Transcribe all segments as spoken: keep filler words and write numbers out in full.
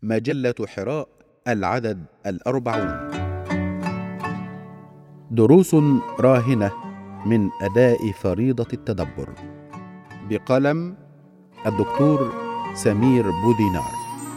مجلة حراء، العدد الأربعون. دروس راهنة من أداء فريضة التدبر، بقلم الدكتور سمير بودينار.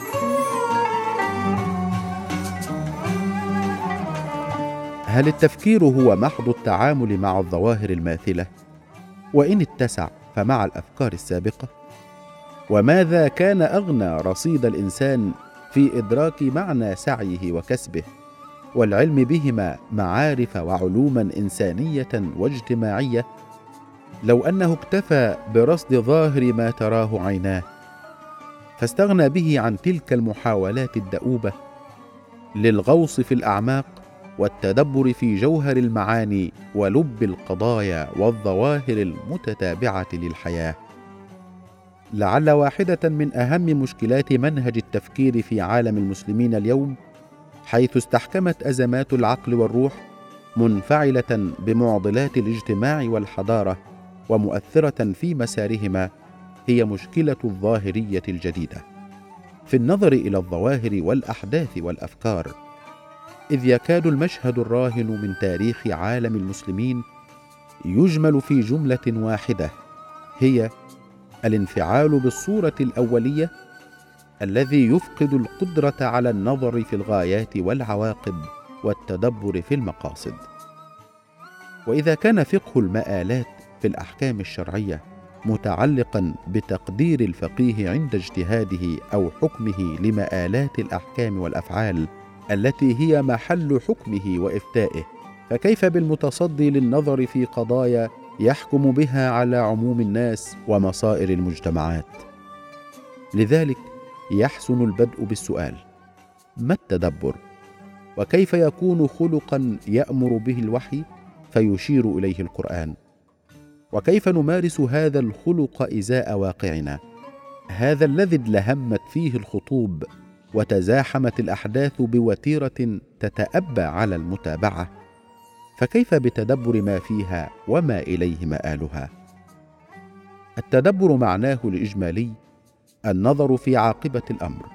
هل التفكير هو محض التعامل مع الظواهر الماثلة؟ وإن اتسع فمع الأفكار السابقة؟ وماذا كان أغنى رصيد الإنسان في إدراك معنى سعيه وكسبه والعلم بهما معارف وعلوما إنسانية واجتماعية لو أنه اكتفى برصد ظاهر ما تراه عيناه، فاستغنى به عن تلك المحاولات الدؤوبة للغوص في الأعماق والتدبر في جوهر المعاني ولب القضايا والظواهر المتتابعة للحياة. لعل واحدة من أهم مشكلات منهج التفكير في عالم المسلمين اليوم، حيث استحكمت أزمات العقل والروح منفعلة بمعضلات الاجتماع والحضارة ومؤثرة في مسارهما، هي مشكلة الظاهرية الجديدة في النظر إلى الظواهر والأحداث والأفكار، إذ يكاد المشهد الراهن من تاريخ عالم المسلمين يجمل في جملة واحدة، هي الانفعال بالصورة الأولية الذي يفقد القدرة على النظر في الغايات والعواقب والتدبر في المقاصد. وإذا كان فقه المآلات في الأحكام الشرعية متعلقا بتقدير الفقيه عند اجتهاده أو حكمه لمآلات الأحكام والأفعال التي هي محل حكمه وإفتائه، فكيف بالمتصدي للنظر في قضايا يحكم بها على عموم الناس ومصائر المجتمعات؟ لذلك يحسن البدء بالسؤال: ما التدبر؟ وكيف يكون خلقا يأمر به الوحي فيشير إليه القرآن؟ وكيف نمارس هذا الخلق إزاء واقعنا، هذا الذي ادلهمت فيه الخطوب وتزاحمت الأحداث بوتيرة تتأبى على المتابعة؟ فكيف بتدبر ما فيها وما إليه مآلها؟ التدبر معناه الإجمالي النظر في عاقبة الأمر،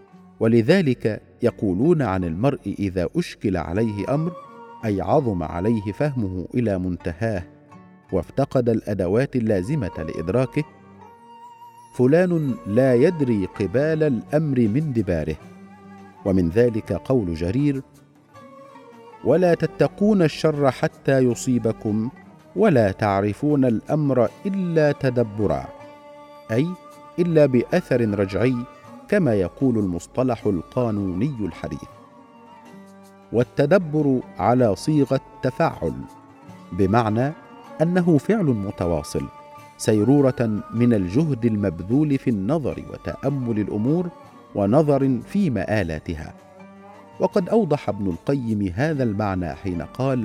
ولذلك يقولون عن المرء إذا أشكل عليه أمر، أي عظم عليه فهمه إلى منتهاه وافتقد الأدوات اللازمة لإدراكه: فلان لا يدري قبال الأمر من دباره. ومن ذلك قول جرير: ولا تتقون الشر حتى يصيبكم ولا تعرفون الأمر إلا تدبرا، أي إلا بأثر رجعي، كما يقول المصطلح القانوني الحديث. والتدبر على صيغة تفعل، بمعنى أنه فعل متواصل، سيرورة من الجهد المبذول في النظر وتأمل الأمور ونظر في مآلاتها. وقد أوضح ابن القيم هذا المعنى حين قال: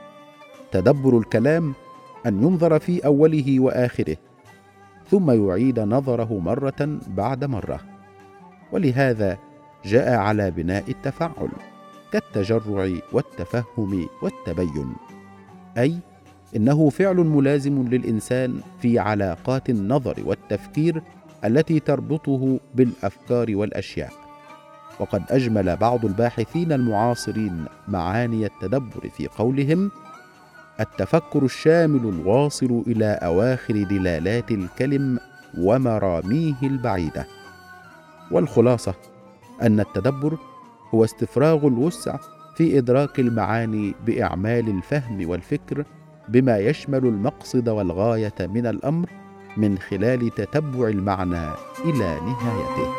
تدبر الكلام أن ينظر في أوله وآخره، ثم يعيد نظره مرة بعد مرة. ولهذا جاء على بناء التفعل كالتجرع والتفهم والتبين، أي إنه فعل ملازم للإنسان في علاقات النظر والتفكير التي تربطه بالأفكار والأشياء. وقد أجمل بعض الباحثين المعاصرين معاني التدبر في قولهم: التفكر الشامل الواصل إلى أواخر دلالات الكلم ومراميه البعيدة. والخلاصة أن التدبر هو استفراغ الوسع في إدراك المعاني بإعمال الفهم والفكر بما يشمل المقصد والغاية من الأمر من خلال تتبع المعنى إلى نهايته.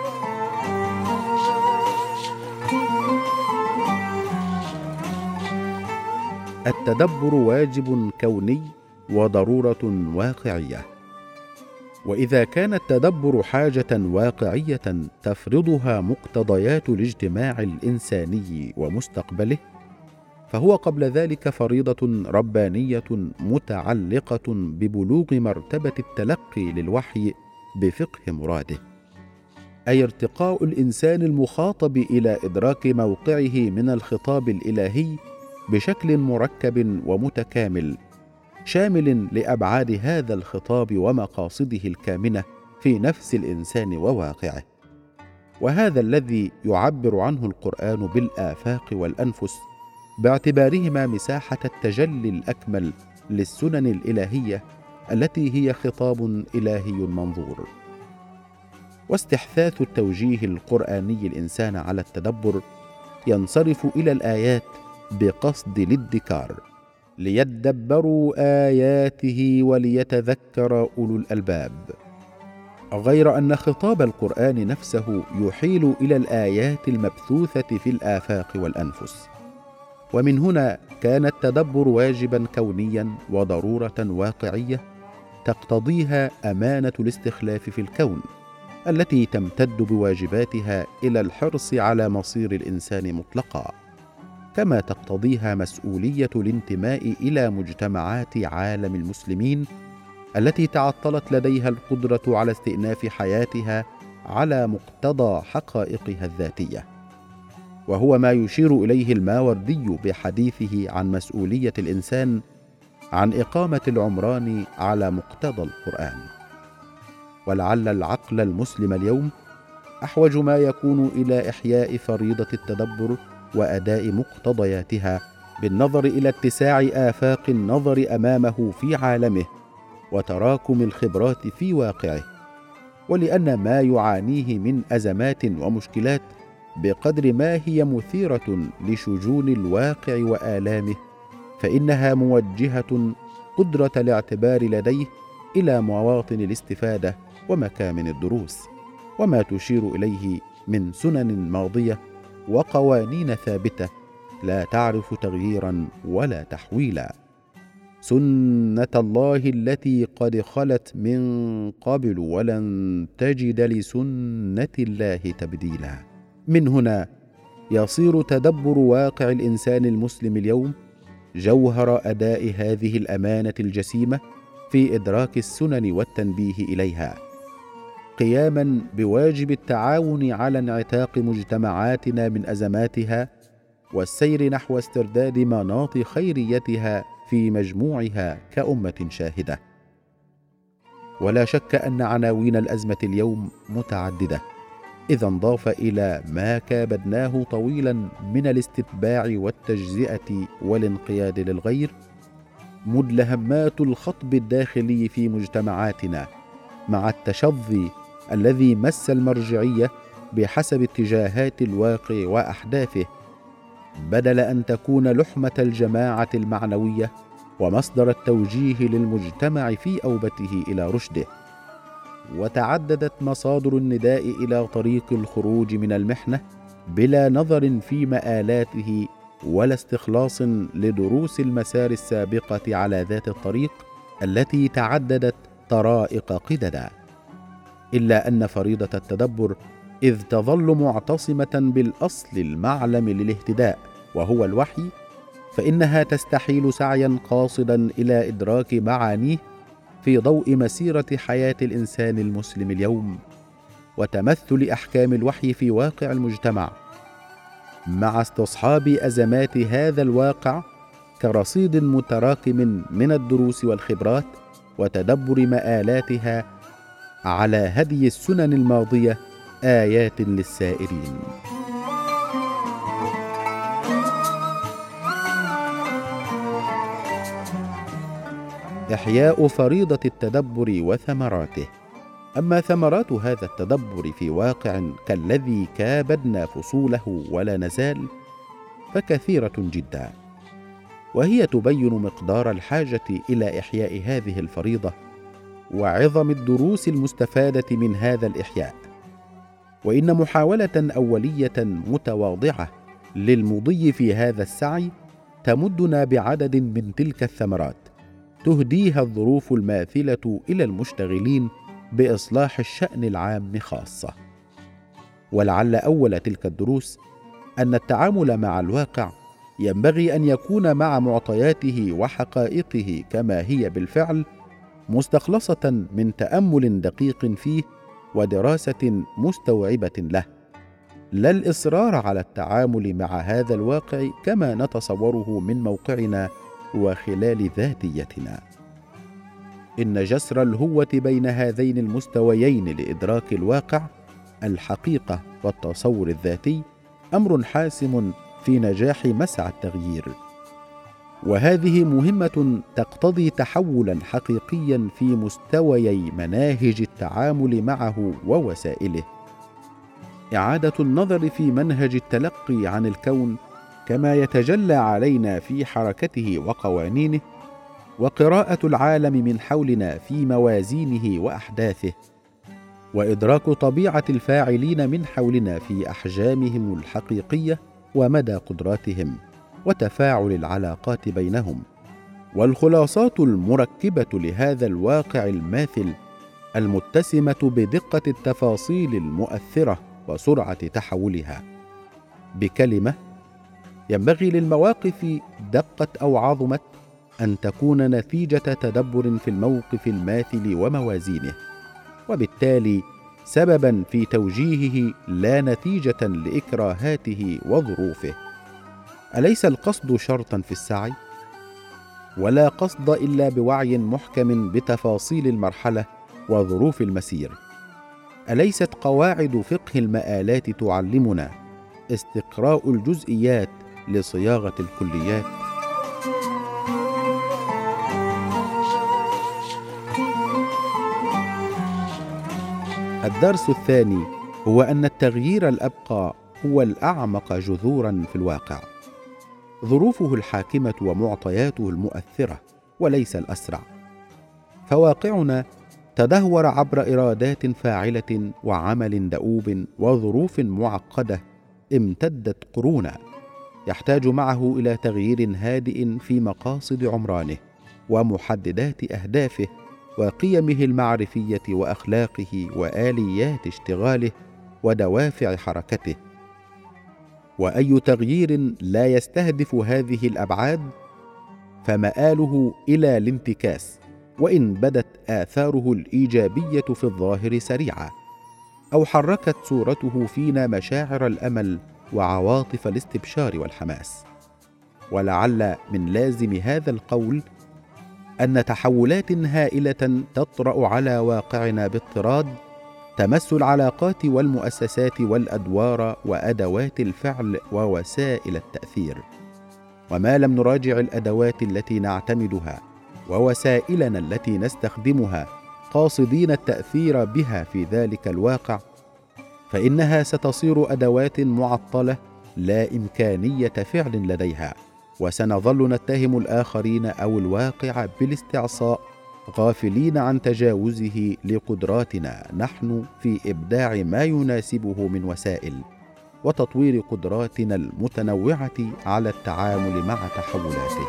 التدبر واجب كوني وضرورة واقعية. وإذا كان التدبر حاجة واقعية تفرضها مقتضيات الاجتماع الإنساني ومستقبله، فهو قبل ذلك فريضة ربانية متعلقة ببلوغ مرتبة التلقي للوحي بفقه مراده، أي ارتقاء الإنسان المخاطب إلى إدراك موقعه من الخطاب الإلهي بشكل مركب ومتكامل، شامل لأبعاد هذا الخطاب ومقاصده الكامنة في نفس الإنسان وواقعه. وهذا الذي يعبر عنه القرآن بالآفاق والأنفس، باعتبارهما مساحة التجلي الأكمل للسنن الإلهية التي هي خطاب إلهي منظور. واستحثاث التوجيه القرآني الإنسان على التدبر ينصرف إلى الآيات بقصد الادكار، ليدبروا آياته وليتذكر أولو الألباب، غير أن خطاب القرآن نفسه يحيل إلى الآيات المبثوثة في الآفاق والأنفس. ومن هنا كان التدبر واجبا كونيا وضرورة واقعية تقتضيها أمانة الاستخلاف في الكون، التي تمتد بواجباتها إلى الحرص على مصير الإنسان مطلقا، كما تقتضيها مسؤولية الانتماء إلى مجتمعات عالم المسلمين التي تعطلت لديها القدرة على استئناف حياتها على مقتضى حقائقها الذاتية، وهو ما يشير إليه الماوردي بحديثه عن مسؤولية الإنسان عن إقامة العمران على مقتضى القرآن. ولعل العقل المسلم اليوم أحوج ما يكون إلى إحياء فريضة التدبر وأداء مقتضياتها، بالنظر إلى اتساع آفاق النظر أمامه في عالمه وتراكم الخبرات في واقعه، ولأن ما يعانيه من أزمات ومشكلات بقدر ما هي مثيرة لشجون الواقع وآلامه، فإنها موجهة قدرة الاعتبار لديه إلى مواطن الاستفادة ومكامن الدروس، وما تشير إليه من سنن ماضية وقوانين ثابتة لا تعرف تغييرا ولا تحويلا. سنة الله التي قد خلت من قبل ولن تجد لسنة الله تبديلا. من هنا يصير تدبر واقع الإنسان المسلم اليوم جوهر أداء هذه الأمانة الجسيمة في إدراك السنن والتنبيه إليها، قياما بواجب التعاون على انعتاق مجتمعاتنا من أزماتها والسير نحو استرداد مناط خيريتها في مجموعها كأمة شاهدة. ولا شك أن عناوين الأزمة اليوم متعددة، إذا انضاف إلى ما كابدناه طويلا من الاستتباع والتجزئة والانقياد للغير مدلهمات الخطب الداخلي في مجتمعاتنا، مع التشظي الذي مس المرجعية بحسب اتجاهات الواقع وأحداثه، بدل أن تكون لحمة الجماعة المعنوية ومصدر التوجيه للمجتمع في أوبته إلى رشده. وتعددت مصادر النداء إلى طريق الخروج من المحنة بلا نظر في مآلاته ولا استخلاص لدروس المسار السابقة على ذات الطريق التي تعددت طرائق قددا، إلا أن فريضة التدبر إذ تظل معتصمة بالأصل المعلم للاهتداء وهو الوحي، فإنها تستحيل سعيا قاصدا إلى إدراك معانيه في ضوء مسيرة حياة الإنسان المسلم اليوم وتمثل أحكام الوحي في واقع المجتمع، مع استصحاب أزمات هذا الواقع كرصيد متراكم من الدروس والخبرات وتدبر مآلاتها على هدي السنن الماضية آيات للسائرين. إحياء فريضة التدبر وثمراته. أما ثمرات هذا التدبر في واقع كالذي كابدنا فصوله ولا نزال فكثيرة جدا، وهي تبين مقدار الحاجة إلى إحياء هذه الفريضة وعظم الدروس المستفادة من هذا الإحياء. وإن محاولة أولية متواضعة للمضي في هذا السعي تمدنا بعدد من تلك الثمرات تهديها الظروف الماثلة إلى المشتغلين بإصلاح الشأن العام خاصة. ولعل أول تلك الدروس أن التعامل مع الواقع ينبغي أن يكون مع معطياته وحقائقه كما هي بالفعل، مستخلصة من تأمل دقيق فيه ودراسة مستوعبة له، لا الإصرار على التعامل مع هذا الواقع كما نتصوره من موقعنا وخلال ذاتيتنا. إن جسر الهوة بين هذين المستويين لإدراك الواقع الحقيقة والتصور الذاتي أمر حاسم في نجاح مسعى التغيير، وهذه مهمة تقتضي تحولا حقيقيا في مستويي مناهج التعامل معه ووسائله. إعادة النظر في منهج التلقي عن الكون كما يتجلى علينا في حركته وقوانينه، وقراءة العالم من حولنا في موازينه وأحداثه، وإدراك طبيعة الفاعلين من حولنا في أحجامهم الحقيقية ومدى قدراتهم وتفاعل العلاقات بينهم، والخلاصات المركبة لهذا الواقع الماثل المتسمة بدقة التفاصيل المؤثرة وسرعة تحولها. بكلمة، ينبغي للمواقف دقت أو عظمت أن تكون نتيجة تدبر في الموقف الماثل وموازينه، وبالتالي سببا في توجيهه لا نتيجة لإكراهاته وظروفه. أليس القصد شرطا في السعي؟ ولا قصد إلا بوعي محكم بتفاصيل المرحلة وظروف المسير. أليست قواعد فقه المآلات تعلمنا استقراء الجزئيات لصياغة الكليات؟ الدرس الثاني هو أن التغيير الأبقى هو الأعمق جذوراً في الواقع، ظروفه الحاكمة ومعطياته المؤثرة وليس الأسرع. فواقعنا تدهور عبر إرادات فاعلة وعمل دؤوب وظروف معقدة امتدت قرونا، يحتاج معه إلى تغيير هادئ في مقاصد عمرانه ومحددات أهدافه وقيمه المعرفية وأخلاقه وآليات اشتغاله ودوافع حركته. وأي تغيير لا يستهدف هذه الأبعاد فمآله إلى الانتكاس، وإن بدت آثاره الإيجابية في الظاهر سريعة، أو حركت صورته فينا مشاعر الأمل وعواطف الاستبشار والحماس. ولعل من لازم هذا القول أن تحولات هائلة تطرأ على واقعنا باضطراد تمس العلاقات والمؤسسات والأدوار وأدوات الفعل ووسائل التأثير، وما لم نراجع الأدوات التي نعتمدها ووسائلنا التي نستخدمها قاصدين التأثير بها في ذلك الواقع، فإنها ستصير أدوات معطلة لا إمكانية فعل لديها، وسنظل نتهم الآخرين أو الواقع بالاستعصاء غافلين عن تجاوزه لقدراتنا نحن في إبداع ما يناسبه من وسائل وتطوير قدراتنا المتنوعة على التعامل مع تحولاته.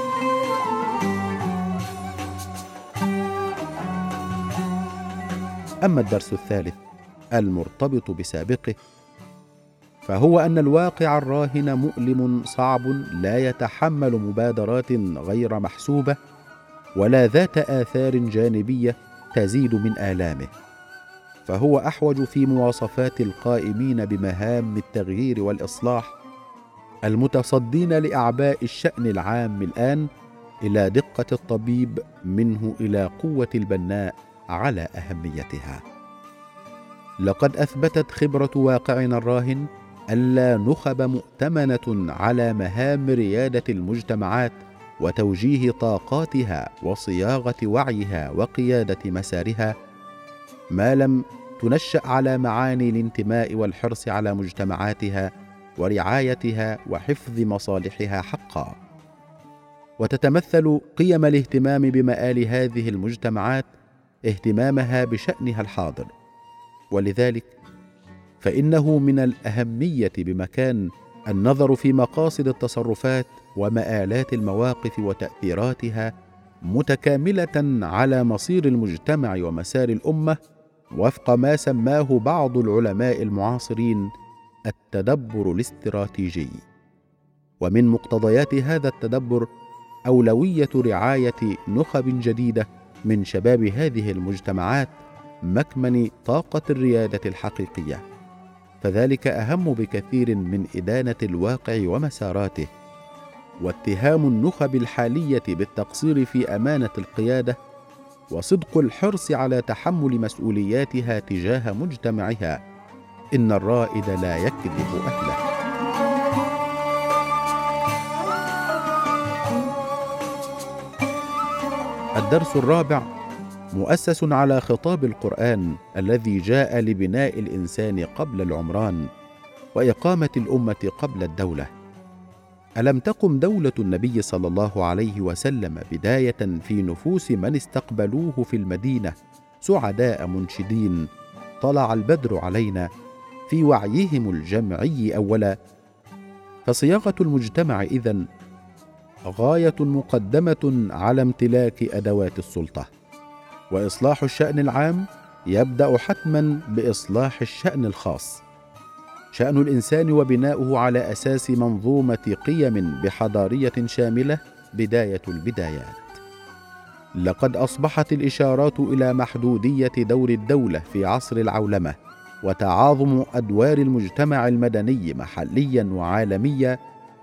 أما الدرس الثالث المرتبط بسابقه، فهو أن الواقع الراهن مؤلم صعب لا يتحمل مبادرات غير محسوبة ولا ذات آثار جانبية تزيد من آلامه، فهو أحوج في مواصفات القائمين بمهام التغيير والإصلاح المتصدين لأعباء الشأن العام الآن إلى دقة الطبيب منه إلى قوة البناء على أهميتها. لقد أثبتت خبرة واقعنا الراهن ألا نخب مؤتمنة على مهام ريادة المجتمعات وتوجيه طاقاتها وصياغة وعيها وقيادة مسارها ما لم تنشأ على معاني الانتماء والحرص على مجتمعاتها ورعايتها وحفظ مصالحها حقا. وتتمثل قيم الاهتمام بمآل هذه المجتمعات اهتمامها بشأنها الحاضر، ولذلك فإنه من الأهمية بمكان النظر في مقاصد التصرفات ومآلات المواقف وتأثيراتها متكاملة على مصير المجتمع ومسار الأمة، وفق ما سماه بعض العلماء المعاصرين التدبر الاستراتيجي. ومن مقتضيات هذا التدبر أولوية رعاية نخب جديدة من شباب هذه المجتمعات مكمن طاقة الريادة الحقيقية، فذلك أهم بكثير من إدانة الواقع ومساراته، واتهام النخب الحالية بالتقصير في أمانة القيادة، وصدق الحرص على تحمل مسؤولياتها تجاه مجتمعها إن الرائد لا يكذب أهله. الدرس الرابع مؤسس على خطاب القرآن الذي جاء لبناء الإنسان قبل العمران وإقامة الأمة قبل الدولة. ألم تقم دولة النبي صلى الله عليه وسلم بداية في نفوس من استقبلوه في المدينة سعداء منشدين طلع البدر علينا في وعيهم الجمعي أولا؟ فصياغة المجتمع إذن غاية مقدمة على امتلاك أدوات السلطة، وإصلاح الشأن العام يبدأ حتما بإصلاح الشأن الخاص. شأن الإنسان وبناؤه على أساس منظومة قيم بحضارية شاملة بداية البدايات. لقد أصبحت الإشارات إلى محدودية دور الدولة في عصر العولمة وتعاظم أدوار المجتمع المدني محليا وعالميا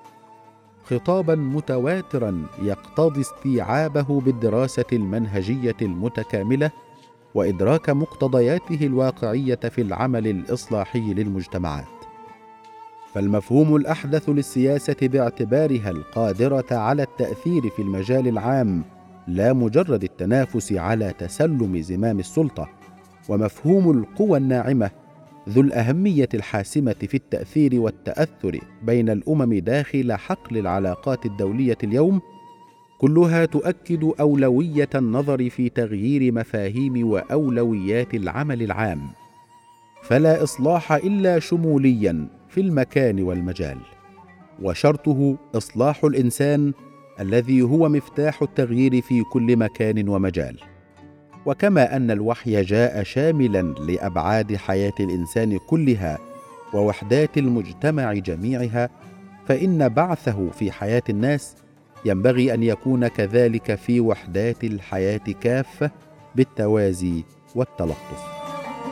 خطابا متواترا يقتضي استيعابه بالدراسة المنهجية المتكاملة وإدراك مقتضياته الواقعية في العمل الإصلاحي للمجتمعات. فالمفهوم الأحدث للسياسة باعتبارها القادرة على التأثير في المجال العام لا مجرد التنافس على تسلم زمام السلطة، ومفهوم القوى الناعمة ذو الأهمية الحاسمة في التأثير والتأثر بين الأمم داخل حقل العلاقات الدولية اليوم، كلها تؤكد أولوية النظر في تغيير مفاهيم وأولويات العمل العام، فلا إصلاح إلا شموليا في المكان والمجال، وشرطه إصلاح الإنسان الذي هو مفتاح التغيير في كل مكان ومجال. وكما أن الوحي جاء شاملا لأبعاد حياة الإنسان كلها ووحدات المجتمع جميعها، فإن بعثه في حياة الناس ينبغي أن يكون كذلك في وحدات الحياة كافة بالتوازي والتلطف.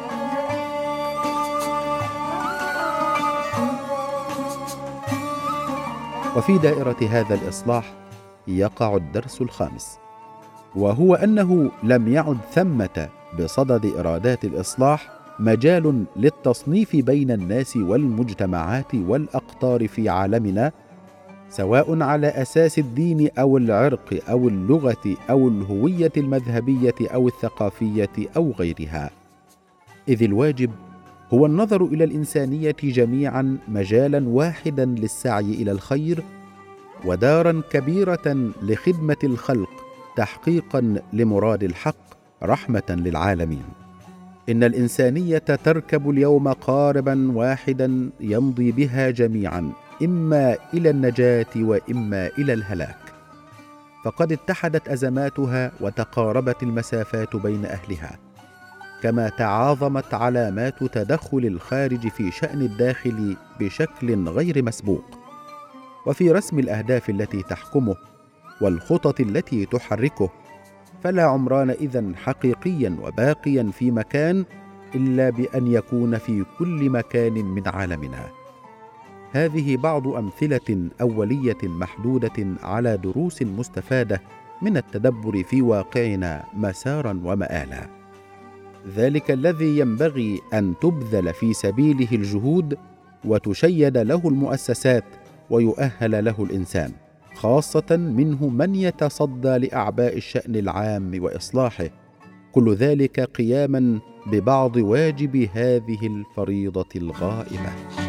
وفي دائرة هذا الإصلاح يقع الدرس الخامس، وهو أنه لم يعد ثمة بصدد إرادات الإصلاح مجال للتصنيف بين الناس والمجتمعات والأقطار في عالمنا، سواء على أساس الدين أو العرق أو اللغة أو الهوية المذهبية أو الثقافية أو غيرها، إذ الواجب هو النظر إلى الإنسانية جميعا مجالا واحدا للسعي إلى الخير ودارا كبيرة لخدمة الخلق تحقيقا لمراد الحق رحمة للعالمين. إن الإنسانية تركب اليوم قاربا واحدا يمضي بها جميعا إما إلى النجاة وإما إلى الهلاك، فقد اتحدت أزماتها وتقاربت المسافات بين أهلها، كما تعاظمت علامات تدخل الخارج في شأن الداخل بشكل غير مسبوق. وفي رسم الأهداف التي تحكمه والخطط التي تحركه، فلا عمران إذن حقيقيا وباقيا في مكان إلا بأن يكون في كل مكان من عالمنا. هذه بعض أمثلة أولية محدودة على دروس مستفادة من التدبر في واقعنا مسارا ومآلا، ذلك الذي ينبغي أن تبذل في سبيله الجهود وتشيد له المؤسسات ويؤهل له الإنسان، خاصة منه من يتصدى لأعباء الشأن العام وإصلاحه، كل ذلك قياما ببعض واجب هذه الفريضة الغائبة.